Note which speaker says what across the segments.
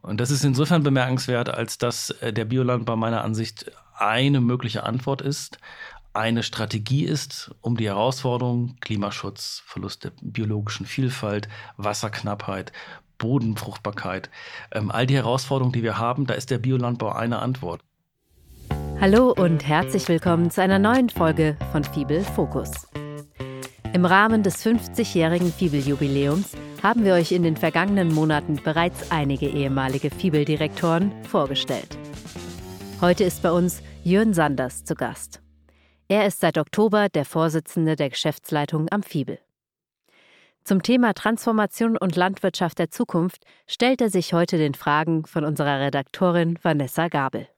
Speaker 1: Und das ist insofern bemerkenswert, als dass der Biolandbau meiner Ansicht eine mögliche Antwort ist, eine Strategie ist, um die Herausforderungen Klimaschutz, Verlust der biologischen Vielfalt, Wasserknappheit, Bodenfruchtbarkeit, all die Herausforderungen, die wir haben, da ist der Biolandbau eine Antwort.
Speaker 2: Hallo und herzlich willkommen zu einer neuen Folge von Fibel Fokus. Im Rahmen des 50-jährigen Fibel-Jubiläums haben wir euch in den vergangenen Monaten bereits einige ehemalige Fibel-Direktoren vorgestellt. Heute ist bei uns Jörn Sanders zu Gast. Er ist seit Oktober der Vorsitzende der Geschäftsleitung am Fibel. Zum Thema Transformation und Landwirtschaft der Zukunft stellt er sich heute den Fragen von unserer Redaktorin Vanessa Gabel.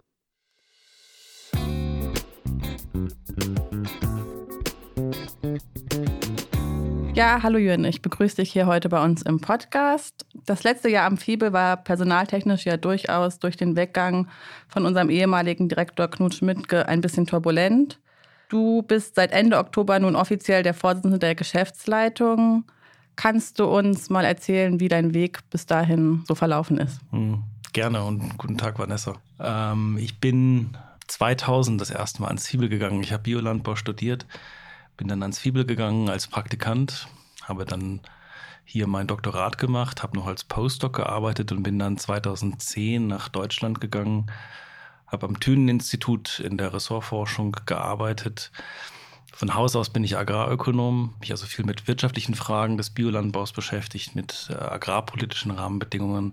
Speaker 3: Ja, hallo Jörn, ich begrüße dich hier heute bei uns im Podcast. Das letzte Jahr am Fibel war personaltechnisch ja durchaus durch den Weggang von unserem ehemaligen Direktor Knut Schmidtke ein bisschen turbulent. Du bist seit Ende Oktober nun offiziell der Vorsitzende der Geschäftsleitung. Kannst du uns mal erzählen, wie dein Weg bis dahin so verlaufen ist?
Speaker 1: Gerne und guten Tag, Vanessa. Ich bin 2000 das erste Mal ans Fibel gegangen. Ich habe Biolandbau studiert. Bin dann ans Fibel gegangen als Praktikant, habe dann hier mein Doktorat gemacht, habe noch als Postdoc gearbeitet und bin dann 2010 nach Deutschland gegangen, habe am Thünen-Institut in der Ressortforschung gearbeitet. Von Haus aus bin ich Agrarökonom, mich also viel mit wirtschaftlichen Fragen des Biolandbaus beschäftigt, mit agrarpolitischen Rahmenbedingungen.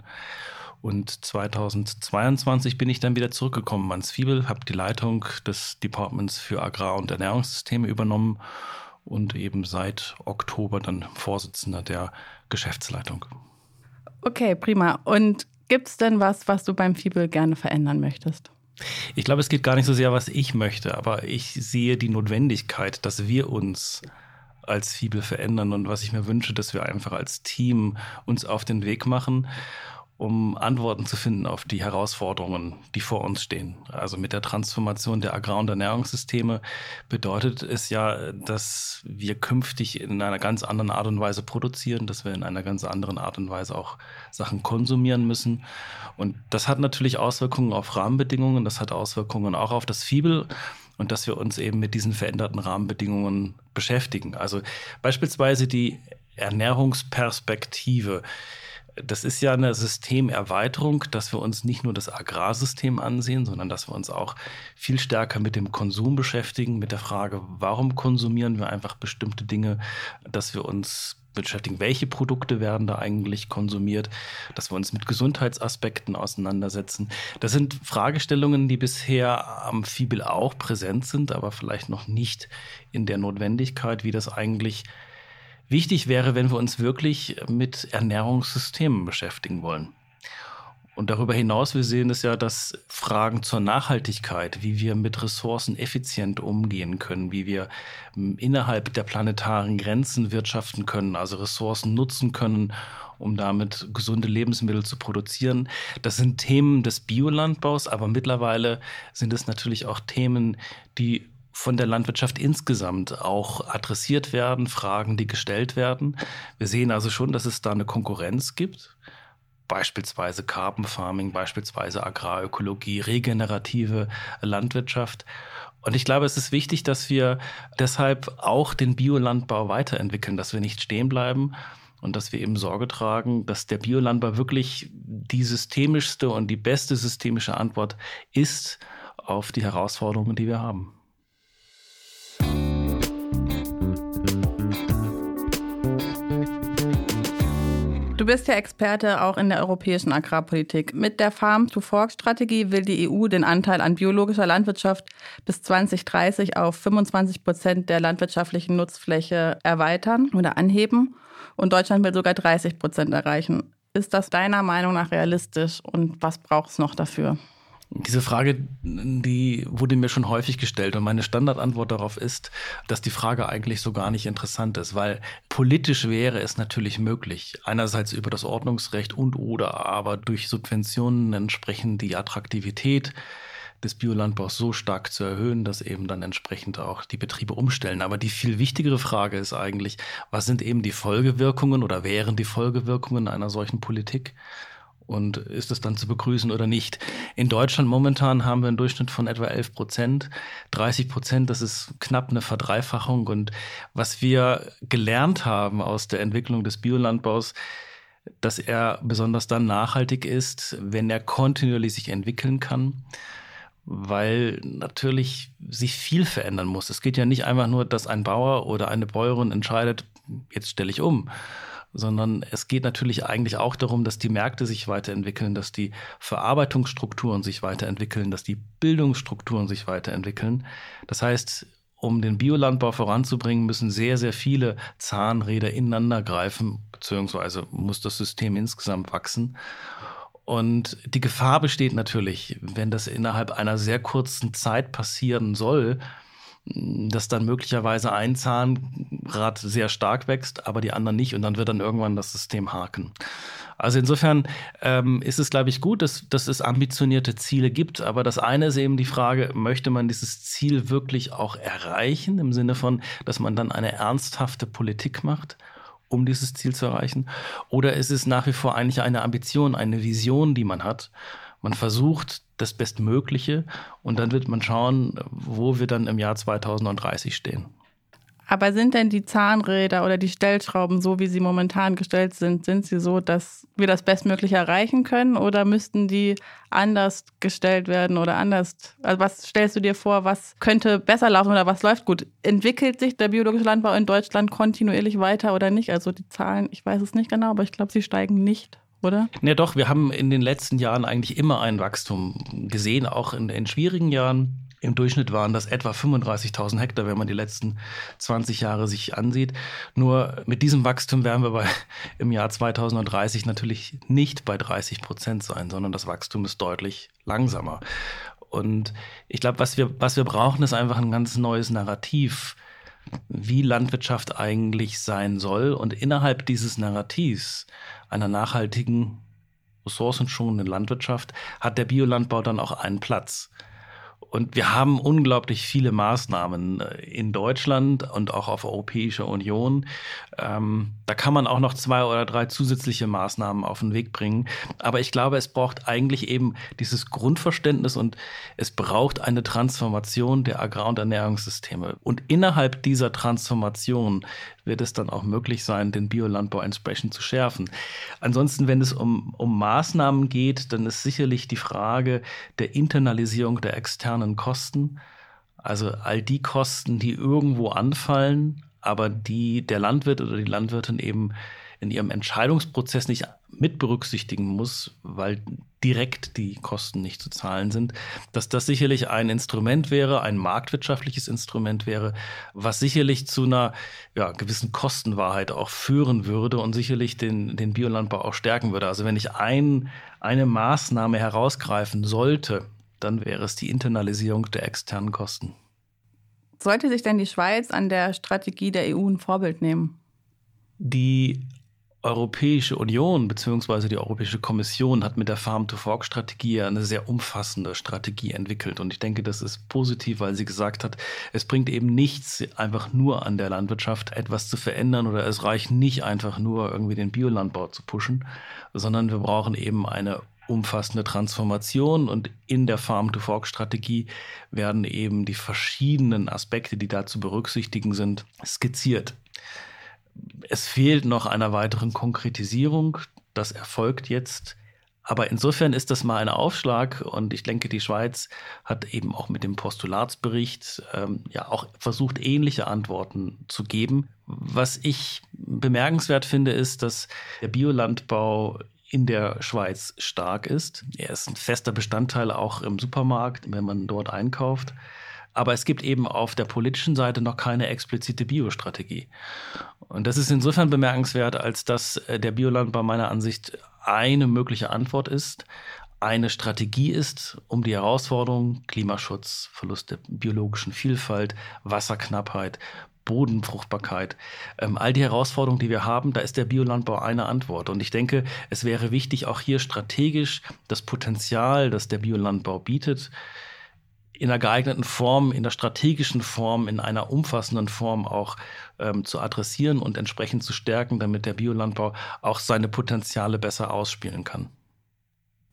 Speaker 1: Und 2022 bin ich dann wieder zurückgekommen ans Fibel, habe die Leitung des Departments für Agrar- und Ernährungssysteme übernommen und eben seit Oktober dann Vorsitzender der Geschäftsleitung.
Speaker 3: Okay, prima. Und gibt es denn was du beim Fibel gerne verändern möchtest?
Speaker 1: Ich glaube, es geht gar nicht so sehr, was ich möchte, aber ich sehe die Notwendigkeit, dass wir uns als Fibel verändern und was ich mir wünsche, dass wir einfach als Team uns auf den Weg machen, um Antworten zu finden auf die Herausforderungen, die vor uns stehen. Also mit der Transformation der Agrar- und Ernährungssysteme bedeutet es ja, dass wir künftig in einer ganz anderen Art und Weise produzieren, dass wir in einer ganz anderen Art und Weise auch Sachen konsumieren müssen. Und das hat natürlich Auswirkungen auf Rahmenbedingungen, das hat Auswirkungen auch auf das Fibel und dass wir uns eben mit diesen veränderten Rahmenbedingungen beschäftigen. Also beispielsweise die Ernährungsperspektive. Das ist ja eine Systemerweiterung, dass wir uns nicht nur das Agrarsystem ansehen, sondern dass wir uns auch viel stärker mit dem Konsum beschäftigen, mit der Frage, warum konsumieren wir einfach bestimmte Dinge, dass wir uns beschäftigen, welche Produkte werden da eigentlich konsumiert, dass wir uns mit Gesundheitsaspekten auseinandersetzen. Das sind Fragestellungen, die bisher am Fibel auch präsent sind, aber vielleicht noch nicht in der Notwendigkeit, wie das eigentlich wichtig wäre, wenn wir uns wirklich mit Ernährungssystemen beschäftigen wollen. Und darüber hinaus, wir sehen es ja, dass Fragen zur Nachhaltigkeit, wie wir mit Ressourcen effizient umgehen können, wie wir innerhalb der planetaren Grenzen wirtschaften können, also Ressourcen nutzen können, um damit gesunde Lebensmittel zu produzieren. Das sind Themen des Biolandbaus, aber mittlerweile sind es natürlich auch Themen, die von der Landwirtschaft insgesamt auch adressiert werden, Fragen, die gestellt werden. Wir sehen also schon, dass es da eine Konkurrenz gibt, beispielsweise Carbon Farming, beispielsweise Agrarökologie, regenerative Landwirtschaft. Und ich glaube, es ist wichtig, dass wir deshalb auch den Biolandbau weiterentwickeln, dass wir nicht stehen bleiben und dass wir eben Sorge tragen, dass der Biolandbau wirklich die systemischste und die beste systemische Antwort ist auf die Herausforderungen, die wir haben.
Speaker 3: Du bist ja Experte auch in der europäischen Agrarpolitik. Mit der Farm-to-Fork-Strategie will die EU den Anteil an biologischer Landwirtschaft bis 2030 auf 25% der landwirtschaftlichen Nutzfläche erweitern oder anheben. Und Deutschland will sogar 30% erreichen. Ist das deiner Meinung nach realistisch und was braucht es noch dafür?
Speaker 1: Diese Frage, die wurde mir schon häufig gestellt und meine Standardantwort darauf ist, dass die Frage eigentlich so gar nicht interessant ist, weil politisch wäre es natürlich möglich, einerseits über das Ordnungsrecht oder aber durch Subventionen entsprechend die Attraktivität des Biolandbaus so stark zu erhöhen, dass eben dann entsprechend auch die Betriebe umstellen. Aber die viel wichtigere Frage ist eigentlich, was sind eben die Folgewirkungen oder wären die Folgewirkungen einer solchen Politik? Und ist es dann zu begrüßen oder nicht? In Deutschland momentan haben wir einen Durchschnitt von etwa 11%. 30%, das ist knapp eine Verdreifachung. Und was wir gelernt haben aus der Entwicklung des Biolandbaus, dass er besonders dann nachhaltig ist, wenn er kontinuierlich sich entwickeln kann, weil natürlich sich viel verändern muss. Es geht ja nicht einfach nur, dass ein Bauer oder eine Bäuerin entscheidet, jetzt stelle ich um, sondern es geht natürlich eigentlich auch darum, dass die Märkte sich weiterentwickeln, dass die Verarbeitungsstrukturen sich weiterentwickeln, dass die Bildungsstrukturen sich weiterentwickeln. Das heißt, um den Biolandbau voranzubringen, müssen sehr, sehr viele Zahnräder ineinander greifen, beziehungsweise muss das System insgesamt wachsen. Und die Gefahr besteht natürlich, wenn das innerhalb einer sehr kurzen Zeit passieren soll, dass dann möglicherweise ein Zahnrad sehr stark wächst, aber die anderen nicht. Und dann wird dann irgendwann das System haken. Also insofern ist es, glaube ich, gut, dass es ambitionierte Ziele gibt. Aber das eine ist eben die Frage, möchte man dieses Ziel wirklich auch erreichen? Im Sinne von, dass man dann eine ernsthafte Politik macht, um dieses Ziel zu erreichen? Oder ist es nach wie vor eigentlich eine Ambition, eine Vision, die man hat? Man versucht das Bestmögliche und dann wird man schauen, wo wir dann im Jahr 2030 stehen.
Speaker 3: Aber sind denn die Zahnräder oder die Stellschrauben, so wie sie momentan gestellt sind sie so, dass wir das Bestmögliche erreichen können? Oder müssten die anders gestellt werden oder anders? Also was stellst du dir vor, was könnte besser laufen oder was läuft gut? Entwickelt sich der biologische Landbau in Deutschland kontinuierlich weiter oder nicht? Also die Zahlen, ich weiß es nicht genau, aber ich glaube, sie steigen nicht. Oder?
Speaker 1: Ja doch, wir haben in den letzten Jahren eigentlich immer ein Wachstum gesehen, auch in schwierigen Jahren. Im Durchschnitt waren das etwa 35.000 Hektar, wenn man die letzten 20 Jahre sich ansieht. Nur mit diesem Wachstum werden wir im Jahr 2030 natürlich nicht bei 30% sein, sondern das Wachstum ist deutlich langsamer. Und ich glaube, was wir brauchen, ist einfach ein ganz neues Narrativ, wie Landwirtschaft eigentlich sein soll. Und innerhalb dieses Narrativs einer nachhaltigen, ressourcenschonenden Landwirtschaft hat der Biolandbau dann auch einen Platz. Und wir haben unglaublich viele Maßnahmen in Deutschland und auch auf europäischer Union. Da kann man auch noch 2 oder 3 zusätzliche Maßnahmen auf den Weg bringen. Aber ich glaube, es braucht eigentlich eben dieses Grundverständnis und es braucht eine Transformation der Agrar- und Ernährungssysteme. Und innerhalb dieser Transformation wird es dann auch möglich sein, den Biolandbau entsprechend zu schärfen. Ansonsten, wenn es um Maßnahmen geht, dann ist sicherlich die Frage der Internalisierung der externen Kosten, also all die Kosten, die irgendwo anfallen, aber die der Landwirt oder die Landwirtin eben in ihrem Entscheidungsprozess nicht mit berücksichtigen muss, weil direkt die Kosten nicht zu zahlen sind, dass das sicherlich ein Instrument wäre, ein marktwirtschaftliches Instrument wäre, was sicherlich zu einer gewissen Kostenwahrheit auch führen würde und sicherlich den Biolandbau auch stärken würde. Also wenn ich eine Maßnahme herausgreifen sollte, dann wäre es die Internalisierung der externen Kosten.
Speaker 3: Sollte sich denn die Schweiz an der Strategie der EU ein Vorbild nehmen?
Speaker 1: Die Europäische Union bzw. die Europäische Kommission hat mit der Farm-to-Fork-Strategie eine sehr umfassende Strategie entwickelt. Und ich denke, das ist positiv, weil sie gesagt hat, es bringt eben nichts, einfach nur an der Landwirtschaft etwas zu verändern oder es reicht nicht einfach nur irgendwie den Biolandbau zu pushen, sondern wir brauchen eben eine umfassende Transformation und in der Farm-to-Fork-Strategie werden eben die verschiedenen Aspekte, die da zu berücksichtigen sind, skizziert. Es fehlt noch einer weiteren Konkretisierung. Das erfolgt jetzt. Aber insofern ist das mal ein Aufschlag. Und ich denke, die Schweiz hat eben auch mit dem Postulatsbericht auch versucht, ähnliche Antworten zu geben. Was ich bemerkenswert finde, ist, dass der Biolandbau in der Schweiz stark ist. Er ist ein fester Bestandteil auch im Supermarkt, wenn man dort einkauft. Aber es gibt eben auf der politischen Seite noch keine explizite Biostrategie. Und das ist insofern bemerkenswert, als dass der Biolandbau meiner Ansicht eine mögliche Antwort ist, eine Strategie ist, um die Herausforderungen Klimaschutz, Verlust der biologischen Vielfalt, Wasserknappheit, Bodenfruchtbarkeit, all die Herausforderungen, die wir haben, da ist der Biolandbau eine Antwort. Und ich denke, es wäre wichtig, auch hier strategisch das Potenzial, das der Biolandbau bietet, in einer geeigneten Form, in der strategischen Form, in einer umfassenden Form auch zu adressieren und entsprechend zu stärken, damit der Biolandbau auch seine Potenziale besser ausspielen kann.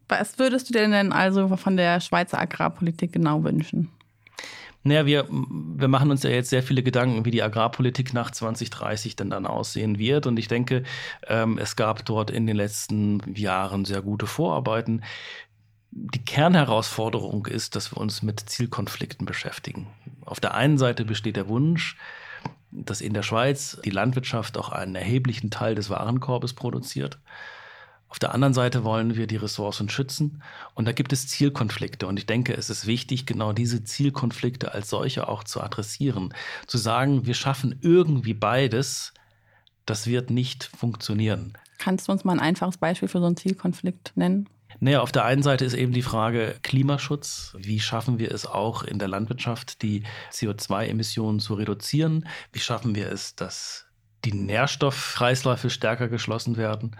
Speaker 3: Was würdest du dir denn also von der Schweizer Agrarpolitik genau wünschen?
Speaker 1: Naja, wir machen uns ja jetzt sehr viele Gedanken, wie die Agrarpolitik nach 2030 denn dann aussehen wird. Und ich denke, es gab dort in den letzten Jahren sehr gute Vorarbeiten. Die Kernherausforderung ist, dass wir uns mit Zielkonflikten beschäftigen. Auf der einen Seite besteht der Wunsch, dass in der Schweiz die Landwirtschaft auch einen erheblichen Teil des Warenkorbes produziert. Auf der anderen Seite wollen wir die Ressourcen schützen und da gibt es Zielkonflikte und ich denke, es ist wichtig, genau diese Zielkonflikte als solche auch zu adressieren. Zu sagen, wir schaffen irgendwie beides, das wird nicht funktionieren.
Speaker 3: Kannst du uns mal ein einfaches Beispiel für so einen Zielkonflikt nennen?
Speaker 1: Naja, auf der einen Seite ist eben die Frage Klimaschutz. Wie schaffen wir es auch in der Landwirtschaft, die CO2-Emissionen zu reduzieren? Wie schaffen wir es, dass die Nährstoffkreisläufe stärker geschlossen werden?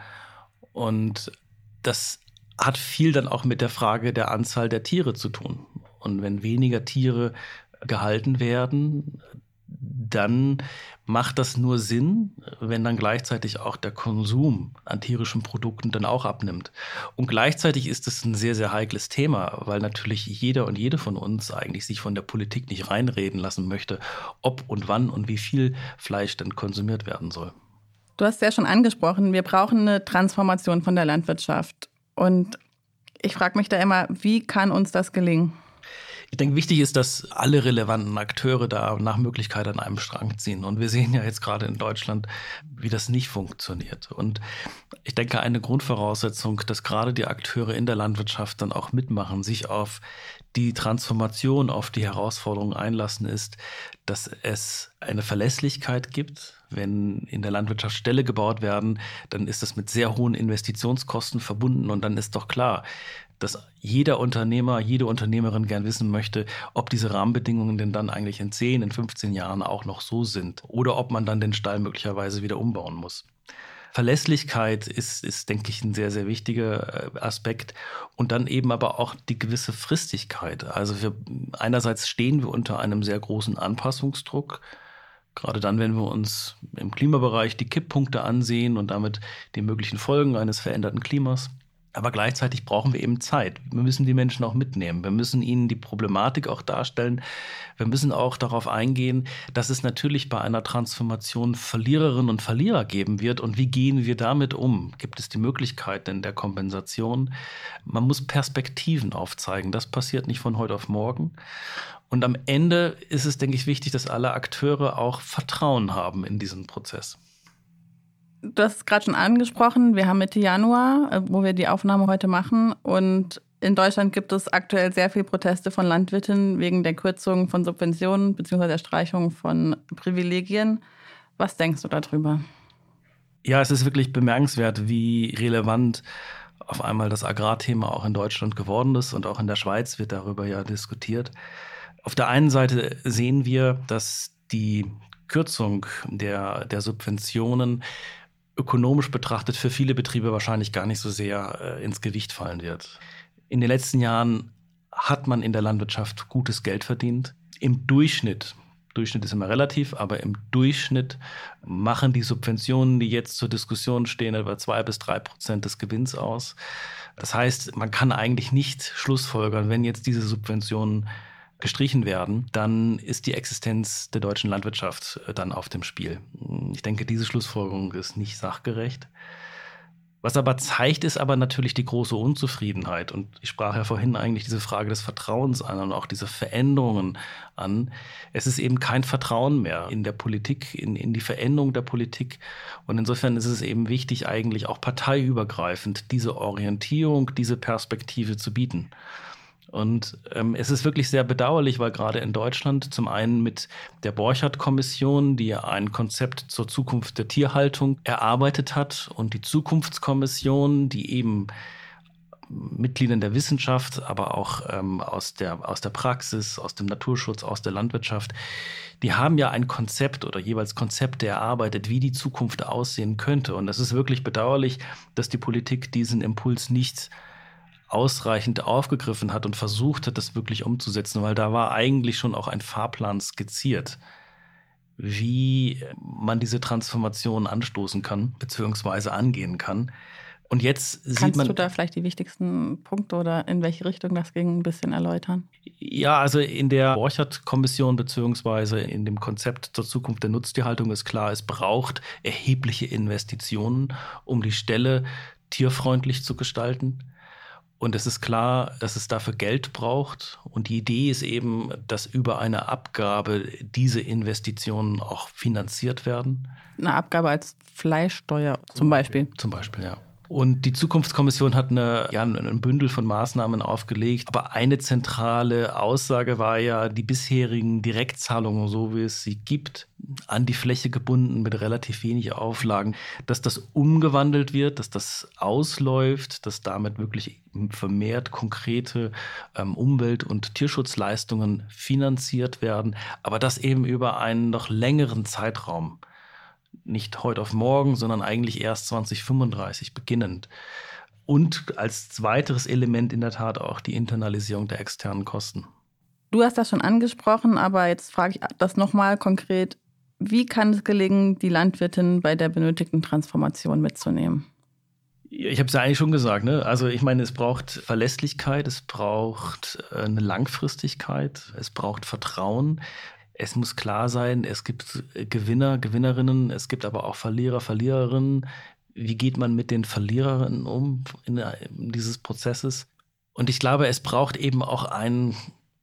Speaker 1: Und das hat viel dann auch mit der Frage der Anzahl der Tiere zu tun. Und wenn weniger Tiere gehalten werden, dann macht das nur Sinn, wenn dann gleichzeitig auch der Konsum an tierischen Produkten dann auch abnimmt. Und gleichzeitig ist es ein sehr, sehr heikles Thema, weil natürlich jeder und jede von uns eigentlich sich von der Politik nicht reinreden lassen möchte, ob und wann und wie viel Fleisch denn konsumiert werden soll.
Speaker 3: Du hast es ja schon angesprochen, wir brauchen eine Transformation von der Landwirtschaft. Und ich frage mich da immer, wie kann uns das gelingen?
Speaker 1: Ich denke, wichtig ist, dass alle relevanten Akteure da nach Möglichkeit an einem Strang ziehen. Und wir sehen ja jetzt gerade in Deutschland, wie das nicht funktioniert. Und ich denke, eine Grundvoraussetzung, dass gerade die Akteure in der Landwirtschaft dann auch mitmachen, sich auf die Transformation, auf die Herausforderungen einlassen, ist, dass es eine Verlässlichkeit gibt. Wenn in der Landwirtschaft Ställe gebaut werden, dann ist das mit sehr hohen Investitionskosten verbunden. Und dann ist doch klar, dass jeder Unternehmer, jede Unternehmerin gern wissen möchte, ob diese Rahmenbedingungen denn dann eigentlich in 10, in 15 Jahren auch noch so sind oder ob man dann den Stall möglicherweise wieder umbauen muss. Verlässlichkeit ist, denke ich, ein sehr, sehr wichtiger Aspekt und dann eben aber auch die gewisse Fristigkeit. Also einerseits stehen wir unter einem sehr großen Anpassungsdruck, gerade dann, wenn wir uns im Klimabereich die Kipppunkte ansehen und damit die möglichen Folgen eines veränderten Klimas. Aber gleichzeitig brauchen wir eben Zeit. Wir müssen die Menschen auch mitnehmen. Wir müssen ihnen die Problematik auch darstellen. Wir müssen auch darauf eingehen, dass es natürlich bei einer Transformation Verliererinnen und Verlierer geben wird. Und wie gehen wir damit um? Gibt es die Möglichkeit denn der Kompensation? Man muss Perspektiven aufzeigen. Das passiert nicht von heute auf morgen. Und am Ende ist es, denke ich, wichtig, dass alle Akteure auch Vertrauen haben in diesen Prozess.
Speaker 3: Du hast es gerade schon angesprochen, wir haben Mitte Januar, wo wir die Aufnahme heute machen. Und in Deutschland gibt es aktuell sehr viele Proteste von Landwirten wegen der Kürzung von Subventionen bzw. der Streichung von Privilegien. Was denkst du darüber?
Speaker 1: Ja, es ist wirklich bemerkenswert, wie relevant auf einmal das Agrarthema auch in Deutschland geworden ist. Und auch in der Schweiz wird darüber ja diskutiert. Auf der einen Seite sehen wir, dass die Kürzung der Subventionen ökonomisch betrachtet für viele Betriebe wahrscheinlich gar nicht so sehr ins Gewicht fallen wird. In den letzten Jahren hat man in der Landwirtschaft gutes Geld verdient. Im Durchschnitt ist immer relativ, aber im Durchschnitt machen die Subventionen, die jetzt zur Diskussion stehen, etwa 2-3% des Gewinns aus. Das heißt, man kann eigentlich nicht schlussfolgern, wenn jetzt diese Subventionen gestrichen werden, dann ist die Existenz der deutschen Landwirtschaft dann auf dem Spiel. Ich denke, diese Schlussfolgerung ist nicht sachgerecht. Was aber zeigt, ist aber natürlich die große Unzufriedenheit. Und ich sprach ja vorhin eigentlich diese Frage des Vertrauens an und auch diese Veränderungen an. Es ist eben kein Vertrauen mehr in der Politik, in die Veränderung der Politik. Und insofern ist es eben wichtig, eigentlich auch parteiübergreifend diese Orientierung, diese Perspektive zu bieten. Und es ist wirklich sehr bedauerlich, weil gerade in Deutschland zum einen mit der Borchardt-Kommission, die ja ein Konzept zur Zukunft der Tierhaltung erarbeitet hat, und die Zukunftskommission, die eben Mitgliedern der Wissenschaft, aber auch aus der Praxis, aus dem Naturschutz, aus der Landwirtschaft, die haben ja ein Konzept oder jeweils Konzepte erarbeitet, wie die Zukunft aussehen könnte. Und es ist wirklich bedauerlich, dass die Politik diesen Impuls nicht ausreichend aufgegriffen hat und versucht hat, das wirklich umzusetzen, weil da war eigentlich schon auch ein Fahrplan skizziert, wie man diese Transformation anstoßen kann, beziehungsweise angehen kann. Und jetzt sieht
Speaker 3: Kannst
Speaker 1: man.
Speaker 3: du da vielleicht die wichtigsten Punkte oder in welche Richtung das ging ein bisschen erläutern?
Speaker 1: Ja, also in der Borchert-Kommission beziehungsweise in dem Konzept zur Zukunft der Nutztierhaltung ist klar, es braucht erhebliche Investitionen, um die Ställe tierfreundlich zu gestalten. Und es ist klar, dass es dafür Geld braucht. Und die Idee ist eben, dass über eine Abgabe diese Investitionen auch finanziert werden.
Speaker 3: Eine Abgabe als Fleischsteuer zum Beispiel.
Speaker 1: Zum Beispiel, ja. Und die Zukunftskommission hat ein Bündel von Maßnahmen aufgelegt. Aber eine zentrale Aussage war ja, die bisherigen Direktzahlungen, so wie es sie gibt, an die Fläche gebunden mit relativ wenig Auflagen, dass das umgewandelt wird, dass das ausläuft, dass damit wirklich vermehrt konkrete Umwelt- und Tierschutzleistungen finanziert werden, aber das eben über einen noch längeren Zeitraum. Nicht heute auf morgen, sondern eigentlich erst 2035 beginnend. Und als zweiteres Element in der Tat auch die Internalisierung der externen Kosten.
Speaker 3: Du hast das schon angesprochen, aber jetzt frage ich das nochmal konkret. Wie kann es gelingen, die Landwirtin bei der benötigten Transformation mitzunehmen?
Speaker 1: Ich habe es ja eigentlich schon gesagt, ne? Also ich meine, es braucht Verlässlichkeit, es braucht eine Langfristigkeit, es braucht Vertrauen. Es muss klar sein, es gibt Gewinner, Gewinnerinnen, es gibt aber auch Verlierer, Verliererinnen. Wie geht man mit den Verliererinnen um in dieses Prozesses? Und ich glaube, es braucht eben auch einen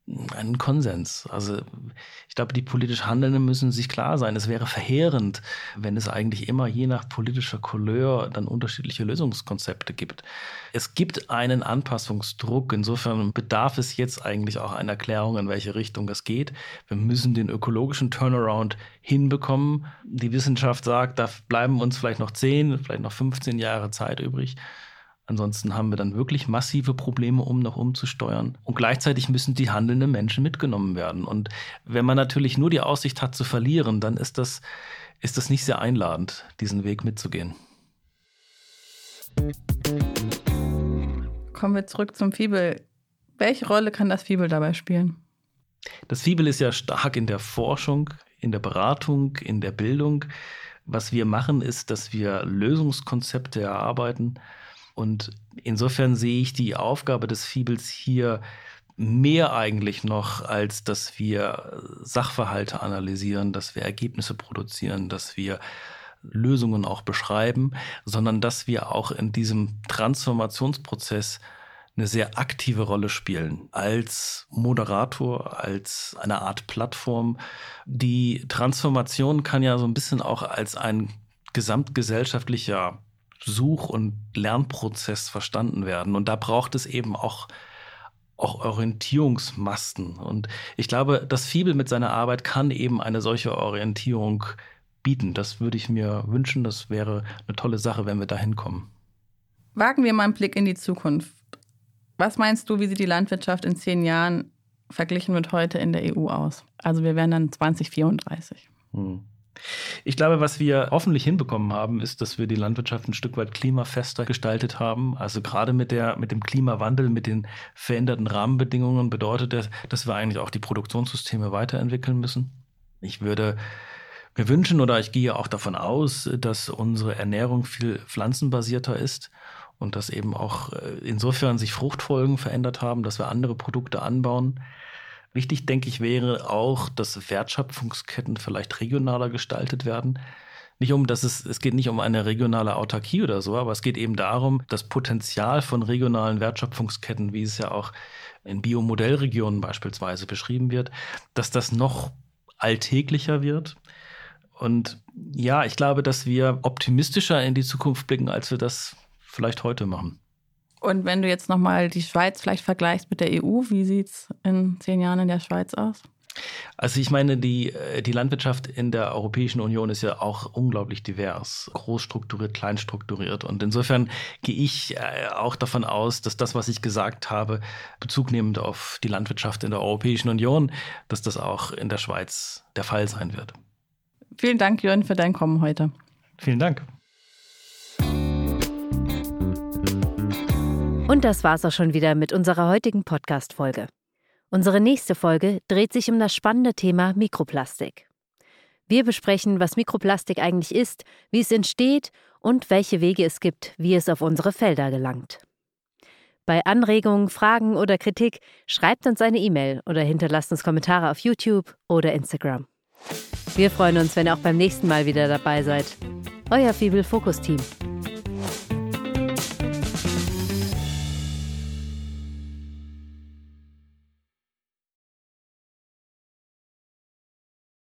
Speaker 1: Konsens. Also ich glaube, die politisch Handelnden müssen sich klar sein. Es wäre verheerend, wenn es eigentlich immer je nach politischer Couleur dann unterschiedliche Lösungskonzepte gibt. Es gibt einen Anpassungsdruck. Insofern bedarf es jetzt eigentlich auch einer Erklärung, in welche Richtung das geht. Wir müssen den ökologischen Turnaround hinbekommen. Die Wissenschaft sagt, da bleiben uns vielleicht noch 10, vielleicht noch 15 Jahre Zeit übrig. Ansonsten haben wir dann wirklich massive Probleme, noch umzusteuern. Und gleichzeitig müssen die handelnden Menschen mitgenommen werden. Und wenn man natürlich nur die Aussicht hat zu verlieren, dann ist das nicht sehr einladend, diesen Weg mitzugehen.
Speaker 3: Kommen wir zurück zum Fibel. Welche Rolle kann das Fibel dabei spielen?
Speaker 1: Das Fibel ist ja stark in der Forschung, in der Beratung, in der Bildung. Was wir machen, ist, dass wir Lösungskonzepte erarbeiten. Und insofern sehe ich die Aufgabe des Fibels hier mehr eigentlich noch, als dass wir Sachverhalte analysieren, dass wir Ergebnisse produzieren, dass wir Lösungen auch beschreiben, sondern dass wir auch in diesem Transformationsprozess eine sehr aktive Rolle spielen, als Moderator, als eine Art Plattform. Die Transformation kann ja so ein bisschen auch als ein gesamtgesellschaftlicher Such- und Lernprozess verstanden werden. Und da braucht es eben auch Orientierungsmasten. Und ich glaube, das Fibel mit seiner Arbeit kann eben eine solche Orientierung bieten. Das würde ich mir wünschen. Das wäre eine tolle Sache, wenn wir da hinkommen.
Speaker 3: Wagen wir mal einen Blick in die Zukunft. Was meinst du, wie sieht die Landwirtschaft in 10 Jahren verglichen mit heute in der EU aus? Also wir wären dann 2034.
Speaker 1: Ich glaube, was wir hoffentlich hinbekommen haben, ist, dass wir die Landwirtschaft ein Stück weit klimafester gestaltet haben. Also gerade mit dem Klimawandel, mit den veränderten Rahmenbedingungen bedeutet das, dass wir eigentlich auch die Produktionssysteme weiterentwickeln müssen. Ich würde mir wünschen oder ich gehe auch davon aus, dass unsere Ernährung viel pflanzenbasierter ist und dass eben auch insofern sich Fruchtfolgen verändert haben, dass wir andere Produkte anbauen. Wichtig, denke ich, wäre auch, dass Wertschöpfungsketten vielleicht regionaler gestaltet werden. Es geht nicht um eine regionale Autarkie oder so, aber es geht eben darum, das Potenzial von regionalen Wertschöpfungsketten, wie es ja auch in Biomodellregionen beispielsweise beschrieben wird, dass das noch alltäglicher wird. Und ja, ich glaube, dass wir optimistischer in die Zukunft blicken, als wir das vielleicht heute machen.
Speaker 3: Und wenn du jetzt nochmal die Schweiz vielleicht vergleichst mit der EU, wie sieht es in 10 Jahren in der Schweiz aus?
Speaker 1: Also ich meine, die Landwirtschaft in der Europäischen Union ist ja auch unglaublich divers, groß strukturiert, klein strukturiert. Und insofern gehe ich auch davon aus, dass das, was ich gesagt habe, Bezug nehmend auf die Landwirtschaft in der Europäischen Union, dass das auch in der Schweiz der Fall sein wird.
Speaker 3: Vielen Dank, Jörn, für dein Kommen heute.
Speaker 1: Vielen Dank.
Speaker 2: Und das war's auch schon wieder mit unserer heutigen Podcast-Folge. Unsere nächste Folge dreht sich um das spannende Thema Mikroplastik. Wir besprechen, was Mikroplastik eigentlich ist, wie es entsteht und welche Wege es gibt, wie es auf unsere Felder gelangt. Bei Anregungen, Fragen oder Kritik schreibt uns eine E-Mail oder hinterlasst uns Kommentare auf YouTube oder Instagram. Wir freuen uns, wenn ihr auch beim nächsten Mal wieder dabei seid. Euer Fibel Fokus Team.